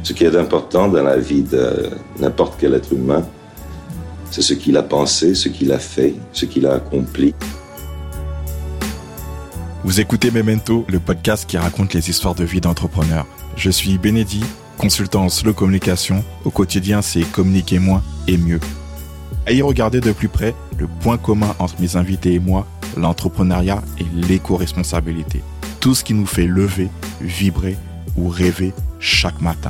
Ce qui est important dans la vie de n'importe quel être humain, c'est ce qu'il a pensé, ce qu'il a fait, ce qu'il a accompli. Vous écoutez Memento, le podcast qui raconte les histoires de vie d'entrepreneurs. Je suis Bénédit, consultant en slow communication. Au quotidien, c'est communiquer moins et mieux. À y regarder de plus près, le point commun entre mes invités et moi, l'entrepreneuriat et l'éco-responsabilité. Tout ce qui nous fait lever, vibrer ou rêver chaque matin.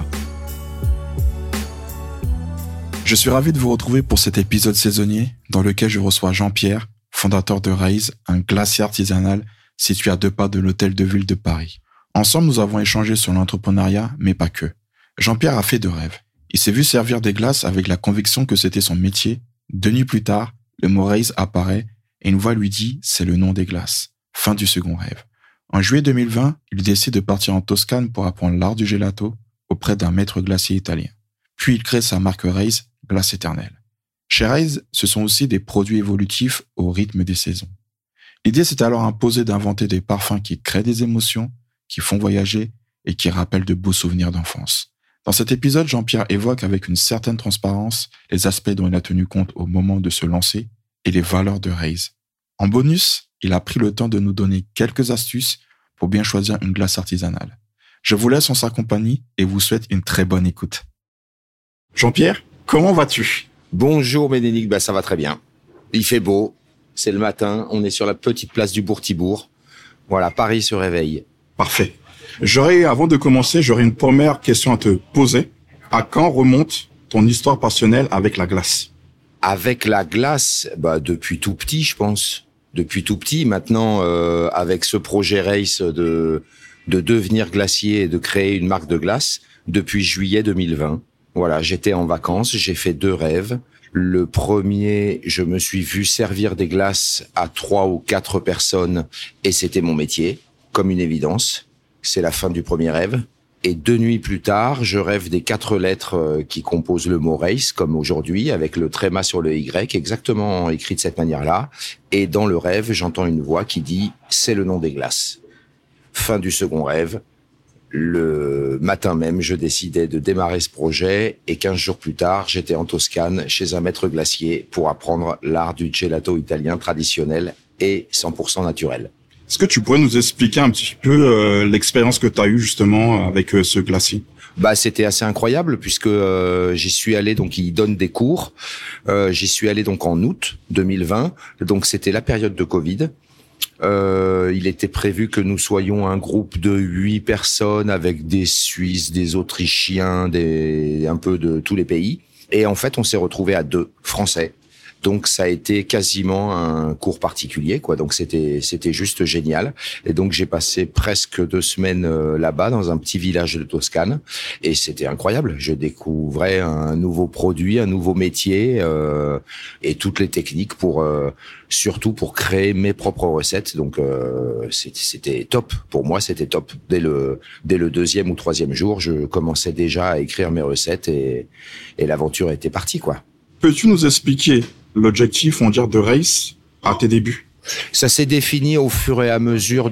Je suis ravi de vous retrouver pour cet épisode saisonnier dans lequel je reçois Jean-Pierre, fondateur de Raise, un glacier artisanal situé à 2 pas de l'hôtel de ville de Paris. Ensemble, nous avons échangé sur l'entrepreneuriat, mais pas que. Jean-Pierre a fait de rêves. Il s'est vu servir des glaces avec la conviction que c'était son métier. 2 nuits plus tard, le mot Raise apparaît et une voix lui dit « c'est le nom des glaces ». Fin du second rêve. En juillet 2020, il décide de partir en Toscane pour apprendre l'art du gelato auprès d'un maître glacier italien. Puis il crée sa marque Raise, glace éternelle. Chez Raise, ce sont aussi des produits évolutifs au rythme des saisons. L'idée s'est alors imposée d'inventer des parfums qui créent des émotions, qui font voyager et qui rappellent de beaux souvenirs d'enfance. Dans cet épisode, Jean-Pierre évoque avec une certaine transparence les aspects dont il a tenu compte au moment de se lancer et les valeurs de Raise. En bonus, il a pris le temps de nous donner quelques astuces pour bien choisir une glace artisanale. Je vous laisse en sa compagnie et vous souhaite une très bonne écoute. Jean-Pierre, comment vas-tu ? Bonjour Bénédicte, ça va très bien. Il fait beau, c'est le matin, on est sur la petite place du Bourg-Tibourg. Voilà, Paris se réveille. Parfait. Avant de commencer, j'aurais une première question à te poser. À quand remonte ton histoire passionnelle avec la glace ? Avec la glace, depuis tout petit, je pense. Depuis tout petit, maintenant, avec ce projet Race de devenir glacier et de créer une marque de glace, depuis juillet 2020. Voilà, j'étais en vacances, j'ai fait 2 rêves. Le premier, je me suis vu servir des glaces à 3 ou 4 personnes et c'était mon métier, comme une évidence. C'est la fin du premier rêve. Et 2 nuits plus tard, je rêve des 4 lettres qui composent le mot Race, comme aujourd'hui, avec le tréma sur le Y, exactement écrit de cette manière-là. Et dans le rêve, j'entends une voix qui dit « c'est le nom des glaces ». Fin du second rêve. Le matin même, je décidais de démarrer ce projet et 15 jours plus tard, j'étais en Toscane chez un maître glacier pour apprendre l'art du gelato italien traditionnel et 100% naturel. Est-ce que tu pourrais nous expliquer un petit peu l'expérience que tu as eue justement avec ce glacier ? C'était assez incroyable puisque j'y suis allé, donc il donne des cours. J'y suis allé donc en août 2020, donc c'était la période de Covid. Il était prévu que nous soyons un groupe de 8 personnes avec des Suisses, des Autrichiens, un peu de tous les pays. Et en fait, on s'est retrouvés à 2 Français. Donc ça a été quasiment un cours particulier, quoi. Donc c'était juste génial. Et donc j'ai passé presque 2 semaines là-bas dans un petit village de Toscane et c'était incroyable. Je découvrais un nouveau produit, un nouveau métier et toutes les techniques surtout pour créer mes propres recettes. Donc c'était top. Pour moi, c'était top. Dès le 2e ou 3e jour, je commençais déjà à écrire mes recettes et l'aventure était partie, quoi. Peux-tu nous expliquer l'objectif, on dirait, de Race à tes débuts ? Ça s'est défini au fur et à mesure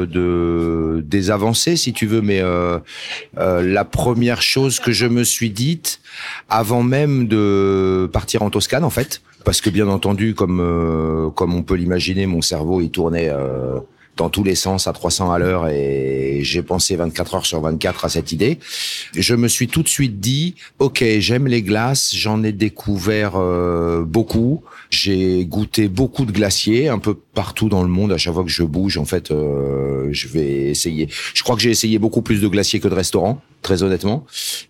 des avancées, si tu veux, mais la première chose que je me suis dite, avant même de partir en Toscane, en fait, parce que bien entendu, comme on peut l'imaginer, mon cerveau il tournait dans tous les sens à 300 à l'heure et j'ai pensé 24 heures sur 24 à cette idée. Je me suis tout de suite dit, ok, j'aime les glaces, j'en ai découvert beaucoup, j'ai goûté beaucoup de glaciers un peu partout dans le monde. À chaque fois que je bouge, en fait, je vais essayer. Je crois que j'ai essayé beaucoup plus de glaciers que de restaurants, très honnêtement.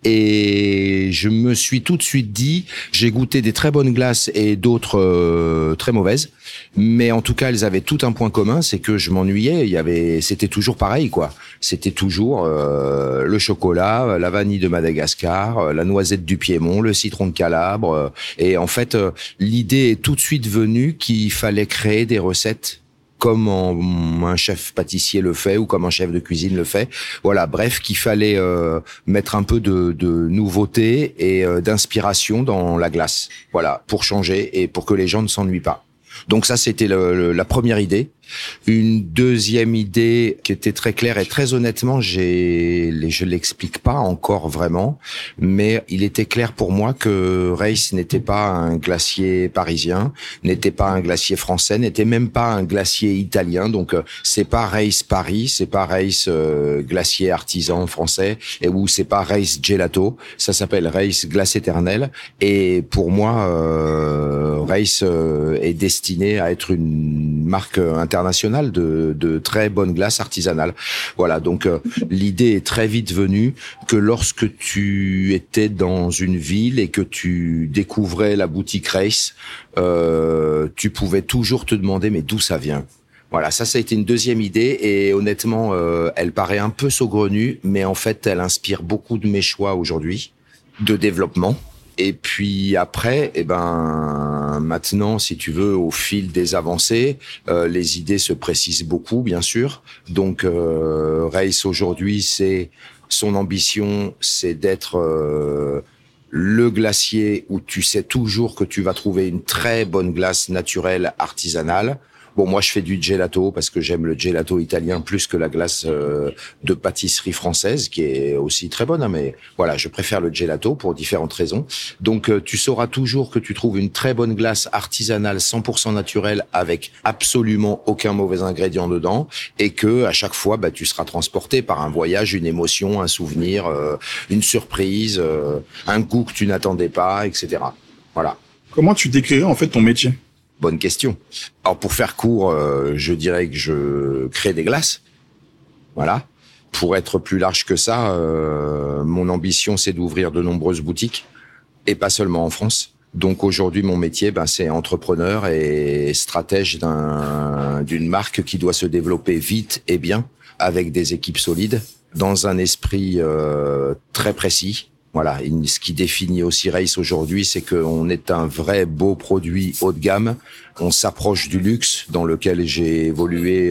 Et je me suis tout de suite dit, j'ai goûté des très bonnes glaces et d'autres très mauvaises. Mais en tout cas, elles avaient tout un point commun, c'est que je m'ennuyais. C'était toujours pareil, quoi. C'était toujours le chocolat, la vanille de Madagascar, la noisette du Piémont, le citron de Calabre. Et en fait, l'idée est tout de suite venue qu'il fallait créer des recettes comme un chef pâtissier le fait ou comme un chef de cuisine le fait. Voilà, bref, qu'il fallait mettre un peu de nouveauté et d'inspiration dans la glace. Voilà, pour changer et pour que les gens ne s'ennuient pas. Donc ça, c'était la première idée. Une deuxième idée qui était très claire et très honnêtement, je l'explique pas encore vraiment, mais il était clair pour moi que Race n'était pas un glacier parisien, n'était pas un glacier français, n'était même pas un glacier italien. Donc c'est pas Race Paris, c'est pas Race glacier artisan français, et où c'est pas Race Gelato. Ça s'appelle Race Glace Éternelle. Et pour moi, Race est destiné à être une marque internationale de très bonne glace artisanale. Voilà, donc l'idée est très vite venue que lorsque tu étais dans une ville et que tu découvrais la boutique Race, tu pouvais toujours te demander mais d'où ça vient. Voilà, ça a été une deuxième idée et honnêtement, elle paraît un peu saugrenue, mais en fait, elle inspire beaucoup de mes choix aujourd'hui de développement. Et puis après, maintenant, si tu veux, au fil des avancées, les idées se précisent beaucoup, bien sûr. Donc, Race aujourd'hui, son ambition, c'est d'être le glacier où tu sais toujours que tu vas trouver une très bonne glace naturelle, artisanale. Bon, moi, je fais du gelato parce que j'aime le gelato italien plus que la glace de pâtisserie française, qui est aussi très bonne, hein, mais voilà, je préfère le gelato pour différentes raisons. Donc, tu sauras toujours que tu trouves une très bonne glace artisanale, 100% naturelle, avec absolument aucun mauvais ingrédient dedans, et que à chaque fois, tu seras transporté par un voyage, une émotion, un souvenir, une surprise, un goût que tu n'attendais pas, etc. Voilà. Comment tu décrirais en fait ton métier ? Bonne question. Alors pour faire court, je dirais que je crée des glaces. Voilà. Pour être plus large que ça, mon ambition c'est d'ouvrir de nombreuses boutiques et pas seulement en France. Donc aujourd'hui mon métier, c'est entrepreneur et stratège d'une marque qui doit se développer vite et bien avec des équipes solides dans un esprit très précis. Voilà, ce qui définit aussi Race aujourd'hui, c'est qu'on est un vrai beau produit haut de gamme. On s'approche du luxe dans lequel j'ai évolué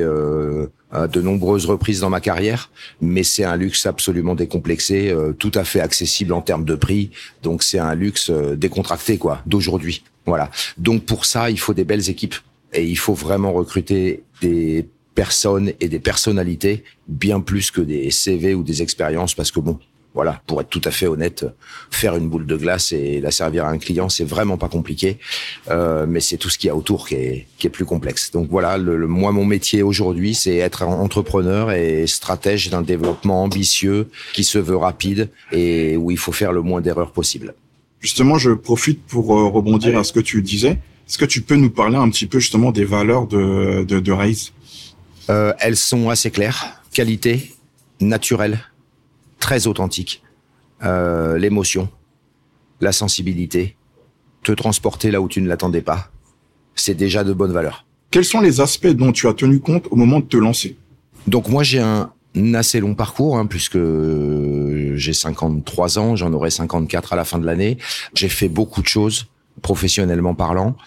à de nombreuses reprises dans ma carrière, mais c'est un luxe absolument décomplexé, tout à fait accessible en termes de prix. Donc c'est un luxe décontracté d'aujourd'hui. Voilà. Donc pour ça, il faut des belles équipes et il faut vraiment recruter des personnes et des personnalités bien plus que des CV ou des expériences parce que voilà, pour être tout à fait honnête, faire une boule de glace et la servir à un client, c'est vraiment pas compliqué, mais c'est tout ce qu'il y a autour qui est plus complexe. Donc voilà, moi mon métier aujourd'hui, c'est être entrepreneur et stratège d'un développement ambitieux qui se veut rapide et où il faut faire le moins d'erreurs possible. Justement, je profite pour rebondir à ce que tu disais. Est-ce que tu peux nous parler un petit peu justement des valeurs de Race ? Elles sont assez claires, qualité, naturelle, très authentique, l'émotion, la sensibilité, te transporter là où tu ne l'attendais pas, c'est déjà de bonnes valeurs. Quels sont les aspects dont tu as tenu compte au moment de te lancer ? Donc moi j'ai un assez long parcours, puisque j'ai 53 ans, j'en aurai 54 à la fin de l'année. J'ai fait beaucoup de choses, professionnellement parlant.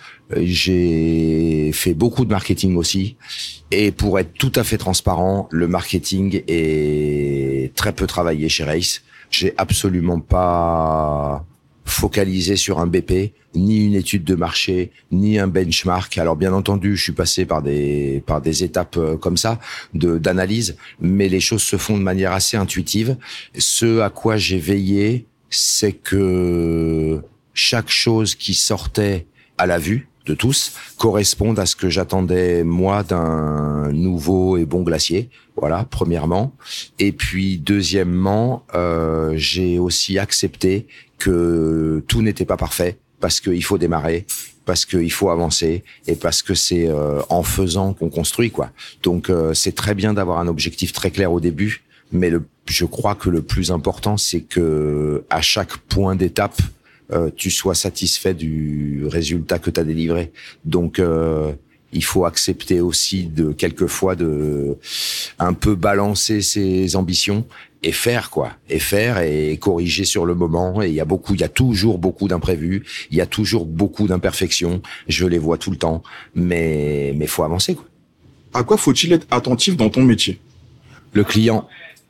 J'ai fait beaucoup de marketing aussi. Et pour être tout à fait transparent, le marketing est très peu travaillé chez Race. J'ai absolument pas focalisé sur un BP, ni une étude de marché, ni un benchmark. Alors bien entendu, je suis passé par des étapes comme ça d'analyse, mais les choses se font de manière assez intuitive. Ce à quoi j'ai veillé, c'est que chaque chose qui sortait à la vue de tous correspondent à ce que j'attendais moi d'un nouveau et bon glacier. Voilà, premièrement. Et puis deuxièmement, j'ai aussi accepté que tout n'était pas parfait parce qu'il faut démarrer, parce qu'il faut avancer et parce que c'est en faisant qu'on construit Donc c'est très bien d'avoir un objectif très clair au début, mais je crois que le plus important c'est que à chaque point d'étape tu sois satisfait du résultat que tu as délivré. Donc il faut accepter aussi quelquefois de un peu balancer ses ambitions et faire et corriger sur le moment. Et il y a toujours beaucoup d'imprévus, il y a toujours beaucoup d'imperfections. Je les vois tout le temps, mais faut avancer À quoi faut-il être attentif dans ton métier ? Le client,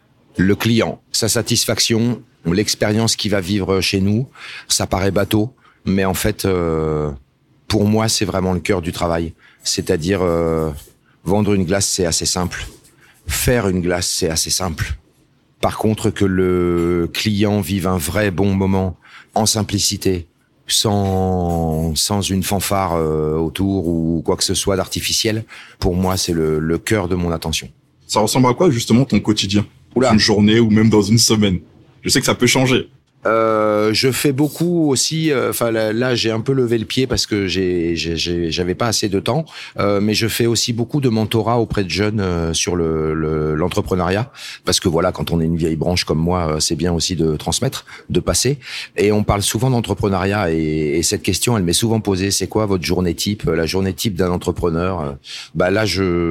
sa satisfaction, l'expérience qu'il va vivre chez nous. Ça paraît bateau, mais en fait, pour moi, c'est vraiment le cœur du travail. C'est-à-dire Vendre une glace, c'est assez simple. Faire une glace, c'est assez simple. Par contre, que le client vive un vrai bon moment en simplicité, sans une fanfare autour ou quoi que ce soit d'artificiel, pour moi, c'est le cœur de mon attention. Ça ressemble à quoi justement ton quotidien? Une journée ou même dans une semaine? Je sais que ça peut changer. Je fais beaucoup aussi. Là, j'ai un peu levé le pied parce que j'avais pas assez de temps. Mais je fais aussi beaucoup de mentorat auprès de jeunes sur l'entrepreneuriat, parce que voilà, quand on est une vieille branche comme moi, c'est bien aussi de transmettre, de passer. Et on parle souvent d'entrepreneuriat et cette question, elle m'est souvent posée. C'est quoi votre journée type, la journée type d'un entrepreneur? Là,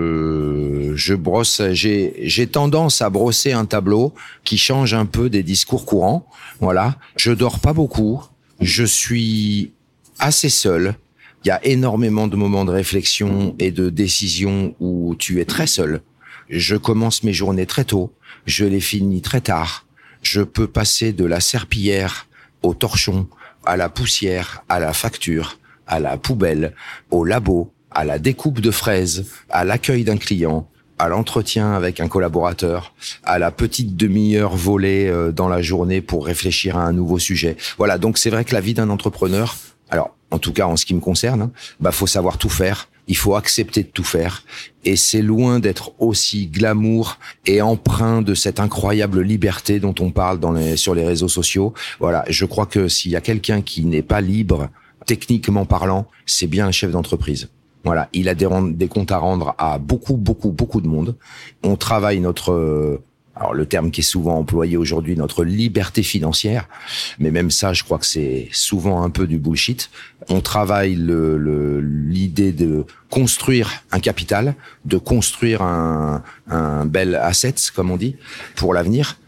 je brosse. J'ai tendance à brosser un tableau qui change un peu des discours courants. Voilà, je dors pas beaucoup, je suis assez seul. Il y a énormément de moments de réflexion et de décision où tu es très seul. Je commence mes journées très tôt, je les finis très tard. Je peux passer de la serpillière au torchon, à la poussière, à la facture, à la poubelle, au labo, à la découpe de fraises, à l'accueil d'un client, à l'entretien avec un collaborateur, à la petite demi-heure volée dans la journée pour réfléchir à un nouveau sujet. Voilà, donc c'est vrai que la vie d'un entrepreneur, alors en tout cas en ce qui me concerne, faut savoir tout faire, il faut accepter de tout faire, et c'est loin d'être aussi glamour et empreint de cette incroyable liberté dont on parle sur les réseaux sociaux. Voilà, je crois que s'il y a quelqu'un qui n'est pas libre, techniquement parlant, c'est bien un chef d'entreprise. Voilà, il a des comptes à rendre à beaucoup de monde. On travaille alors le terme qui est souvent employé aujourd'hui, notre liberté financière, mais même ça, je crois que c'est souvent un peu du bullshit. On travaille l'idée de construire un capital, de construire un bel asset, comme on dit, pour l'avenir,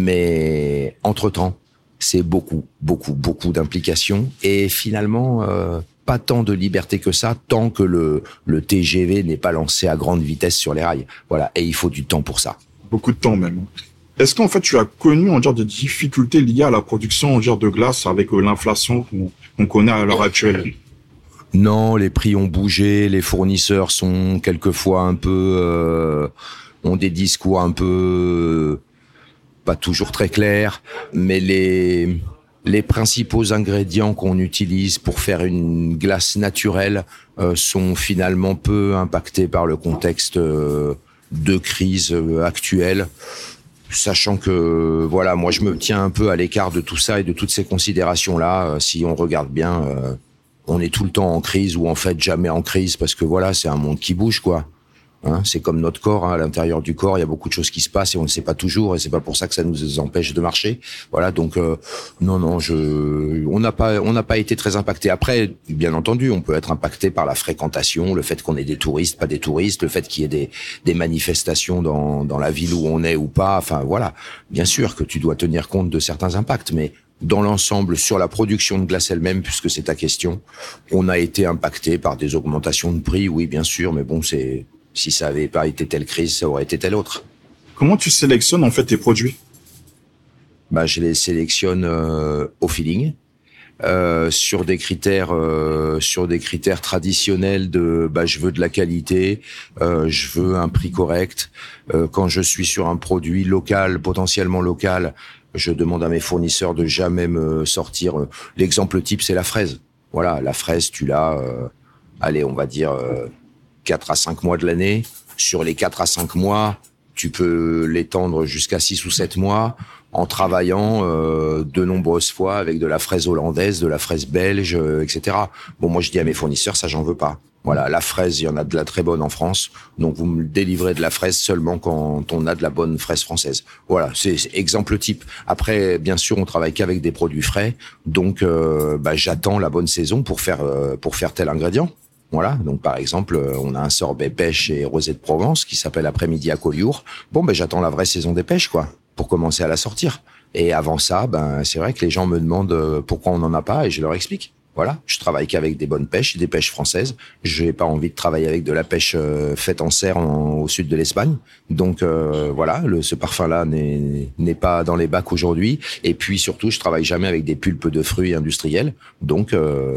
mais entre-temps, c'est beaucoup d'implications et finalement pas tant de liberté que ça, tant que le TGV n'est pas lancé à grande vitesse sur les rails. Voilà, et il faut du temps pour ça. Beaucoup de temps même. Est-ce qu'en fait tu as connu des difficultés liées à la production de glace avec l'inflation qu'on connaît à l'heure actuelle? Non, les prix ont bougé, les fournisseurs sont quelquefois un peu ont des discours un peu pas toujours très clairs, mais les principaux ingrédients qu'on utilise pour faire une glace naturelle sont finalement peu impactés par le contexte de crise actuelle, sachant que voilà, moi je me tiens un peu à l'écart de tout ça et de toutes ces considérations-là. Si on regarde bien, on est tout le temps en crise ou en fait jamais en crise parce que voilà, c'est un monde qui bouge quoi. C'est comme notre corps, à l'intérieur du corps, il y a beaucoup de choses qui se passent et on ne sait pas toujours et c'est pas pour ça que ça nous empêche de marcher. Voilà, donc on n'a pas été très impacté. Après, bien entendu, on peut être impacté par la fréquentation, le fait qu'on ait des touristes, pas des touristes, le fait qu'il y ait des manifestations dans la ville où on est ou pas. Enfin voilà, bien sûr que tu dois tenir compte de certains impacts, mais dans l'ensemble, sur la production de glace elle-même, puisque c'est ta question, on a été impacté par des augmentations de prix, oui, bien sûr, mais bon, si ça avait pas été telle crise, ça aurait été telle autre. Comment tu sélectionnes en fait tes produits? Je les sélectionne au feeling, sur des critères traditionnels de je veux de la qualité, je veux un prix correct. Quand je suis sur un produit local, potentiellement local, je demande à mes fournisseurs de jamais me sortir. L'exemple type, c'est la fraise. Voilà, la fraise, tu l'as, on va dire 4 à 5 mois de l'année. Sur les 4 à 5 mois, tu peux l'étendre jusqu'à 6 ou 7 mois en travaillant de nombreuses fois avec de la fraise hollandaise, de la fraise belge, etc. Bon, moi, je dis à mes fournisseurs, ça, j'en veux pas. Voilà, la fraise, il y en a de la très bonne en France. Donc, vous me délivrez de la fraise seulement quand on a de la bonne fraise française. Voilà, c'est exemple type. Après, bien sûr, on travaille qu'avec des produits frais. Donc, j'attends la bonne saison pour faire tel ingrédient. Voilà, donc par exemple, on a un sorbet pêche et rosé de Provence qui s'appelle Après-midi à Collioure. Bon, j'attends la vraie saison des pêches, quoi, pour commencer à la sortir. Et avant ça, c'est vrai que les gens me demandent pourquoi on n'en a pas et je leur explique. Voilà, je travaille qu'avec des bonnes pêches, des pêches françaises. J'ai pas envie de travailler avec de la pêche faite en serre au sud de l'Espagne. Donc voilà, ce parfum-là n'est pas dans les bacs aujourd'hui. Et puis surtout, je travaille jamais avec des pulpes de fruits industriels. Donc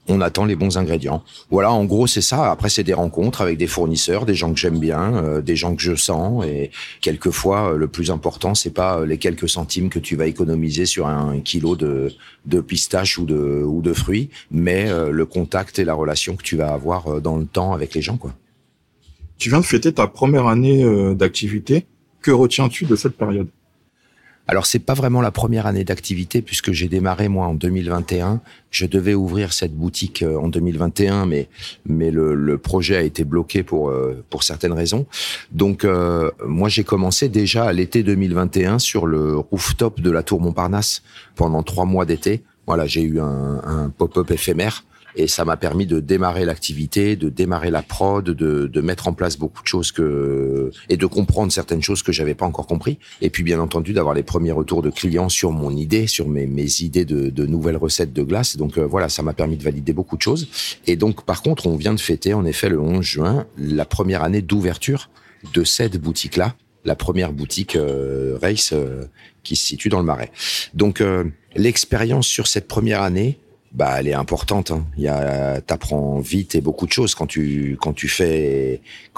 on attend les bons ingrédients. Voilà, en gros, c'est ça. Après, c'est des rencontres avec des fournisseurs, des gens que j'aime bien, des gens que je sens. Et quelquefois, le plus important, c'est pas les quelques centimes que tu vas économiser sur un kilo de pistaches ou de fruits, mais le contact et la relation que tu vas avoir dans le temps avec les gens, quoi. Tu viens de fêter ta première année d'activité. Que retiens-tu de cette période? Alors, c'est pas vraiment la première année d'activité puisque j'ai démarré, moi, en 2021. Je devais ouvrir cette boutique en 2021, mais le projet a été bloqué pour certaines raisons. Donc, moi, j'ai commencé déjà à l'été 2021 sur le rooftop de la Tour Montparnasse pendant 3 mois d'été. Voilà, j'ai eu un pop-up éphémère. Et ça m'a permis de démarrer l'activité, de démarrer la prod, de mettre en place beaucoup de choses et de comprendre certaines choses que j'avais pas encore compris. Et puis, bien entendu, d'avoir les premiers retours de clients sur mon idée, sur mes idées de nouvelles recettes de glace. Donc, voilà, ça m'a permis de valider beaucoup de choses. Et donc, par contre, on vient de fêter, en effet, le 11 juin, la première année d'ouverture de cette boutique-là. La première boutique Race qui se situe dans le Marais. Donc, l'expérience sur cette première année, elle est importante, hein. T'apprends vite et beaucoup de choses quand tu fais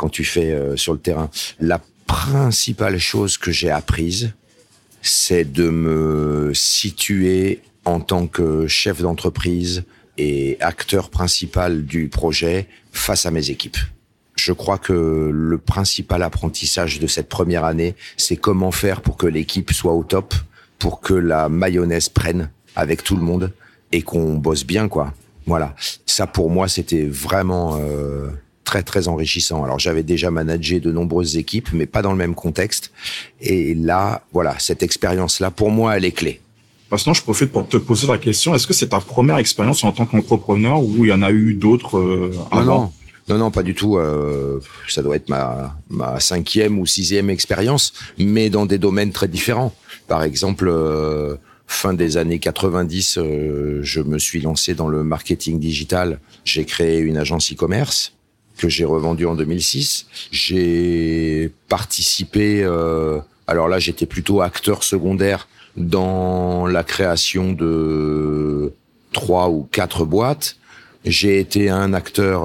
sur le terrain. La principale chose que j'ai apprise, c'est de me situer en tant que chef d'entreprise et acteur principal du projet face à mes équipes. Je crois que le principal apprentissage de cette première année, c'est comment faire pour que l'équipe soit au top, pour que la mayonnaise prenne avec tout le monde et qu'on bosse bien, quoi. Voilà. Ça, pour moi, c'était vraiment très, très enrichissant. Alors, j'avais déjà managé de nombreuses équipes, mais pas dans le même contexte. Et là, voilà, cette expérience-là, pour moi, elle est clé. Maintenant, je profite pour te poser la question, est-ce que c'est ta première expérience en tant qu'entrepreneur ou il y en a eu d'autres avant? Non, pas du tout. Ça doit être ma 5e ou 6e expérience, mais dans des domaines très différents. Par exemple, fin des années 90, je me suis lancé dans le marketing digital. J'ai créé une agence e-commerce que j'ai revendue en 2006. J'ai participé, alors là, j'étais plutôt acteur secondaire dans la création de 3 ou 4 boîtes. J'ai été un acteur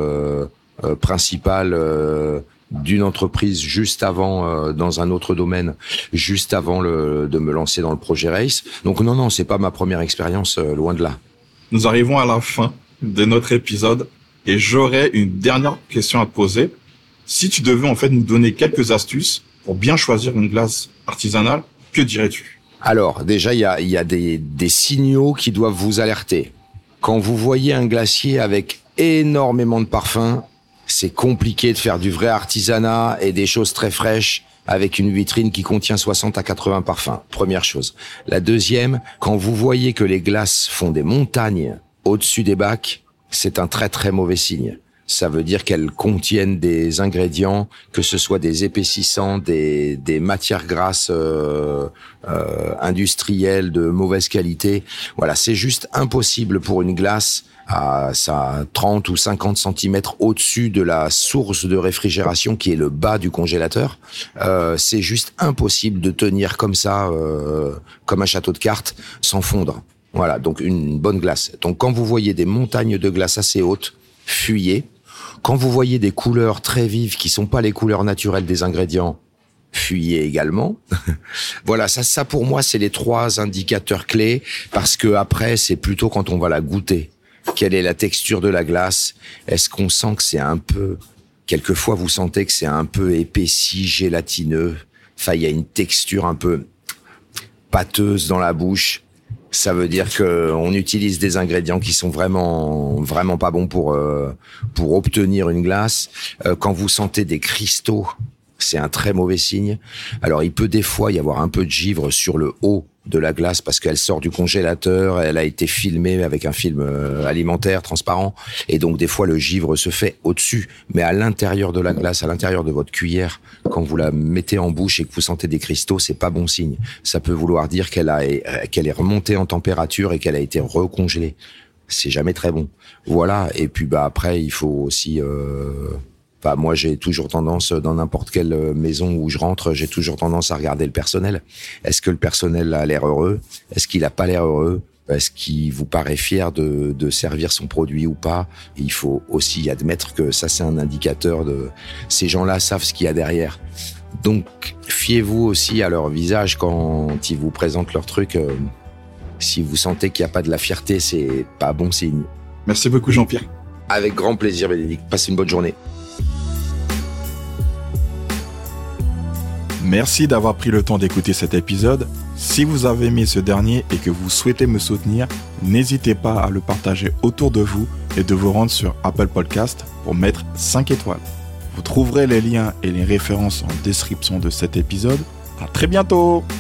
principal d'une entreprise juste avant, dans un autre domaine, juste avant de me lancer dans le projet Race. Donc non, c'est pas ma première expérience, loin de là. Nous arrivons à la fin de notre épisode et j'aurais une dernière question à te poser. Si tu devais en fait nous donner quelques astuces pour bien choisir une glace artisanale, que dirais-tu? Alors déjà, il y a des signaux qui doivent vous alerter. Quand vous voyez un glacier avec énormément de parfums, c'est compliqué de faire du vrai artisanat et des choses très fraîches avec une vitrine qui contient 60 à 80 parfums. Première chose. La deuxième, quand vous voyez que les glaces font des montagnes au-dessus des bacs, c'est un très très mauvais signe. Ça veut dire qu'elles contiennent des ingrédients, que ce soit des épaississants, des matières grasses industrielles de mauvaise qualité. Voilà, c'est juste impossible pour une glace à 30 ou 50 centimètres au-dessus de la source de réfrigération qui est le bas du congélateur. C'est juste impossible de tenir comme ça, comme un château de cartes, sans fondre. Voilà, donc une bonne glace. Donc quand vous voyez des montagnes de glace assez hautes, fuyez. Quand vous voyez des couleurs très vives qui sont pas les couleurs naturelles des ingrédients, fuyez également. Voilà, ça pour moi, c'est les 3 indicateurs clés parce que après, c'est plutôt quand on va la goûter. Quelle est la texture de la glace? Est-ce qu'on sent que c'est un peu... Quelquefois, vous sentez que c'est un peu épaissi, gélatineux. Enfin, il y a une texture un peu pâteuse dans la bouche. Ça veut dire que on utilise des ingrédients qui sont vraiment pas bons pour obtenir une glace. Quand vous sentez des cristaux, c'est un très mauvais signe. Alors, il peut des fois y avoir un peu de givre sur le haut de la glace parce qu'elle sort du congélateur, elle a été filmée avec un film alimentaire transparent et donc des fois le givre se fait au-dessus, mais à l'intérieur de la glace, à l'intérieur de votre cuillère, quand vous la mettez en bouche et que vous sentez des cristaux, c'est pas bon signe. Ça peut vouloir dire qu'elle est remontée en température et qu'elle a été recongelée. C'est jamais très bon. Voilà. Et puis après, il faut aussi moi, j'ai toujours tendance, dans n'importe quelle maison où je rentre, j'ai toujours tendance à regarder le personnel. Est-ce que le personnel a l'air heureux? Est-ce qu'il a pas l'air heureux? Est-ce qu'il vous paraît fier de servir son produit ou pas? Et il faut aussi admettre que ça, c'est un indicateur de... Ces gens-là savent ce qu'il y a derrière. Donc, fiez-vous aussi à leur visage quand ils vous présentent leur truc. Si vous sentez qu'il n'y a pas de la fierté, c'est pas bon signe. Merci beaucoup, Jean-Pierre. Avec grand plaisir, Bénédicte. Passez une bonne journée. Merci d'avoir pris le temps d'écouter cet épisode. Si vous avez aimé ce dernier et que vous souhaitez me soutenir, n'hésitez pas à le partager autour de vous et de vous rendre sur Apple Podcast pour mettre 5 étoiles. Vous trouverez les liens et les références en description de cet épisode. À très bientôt!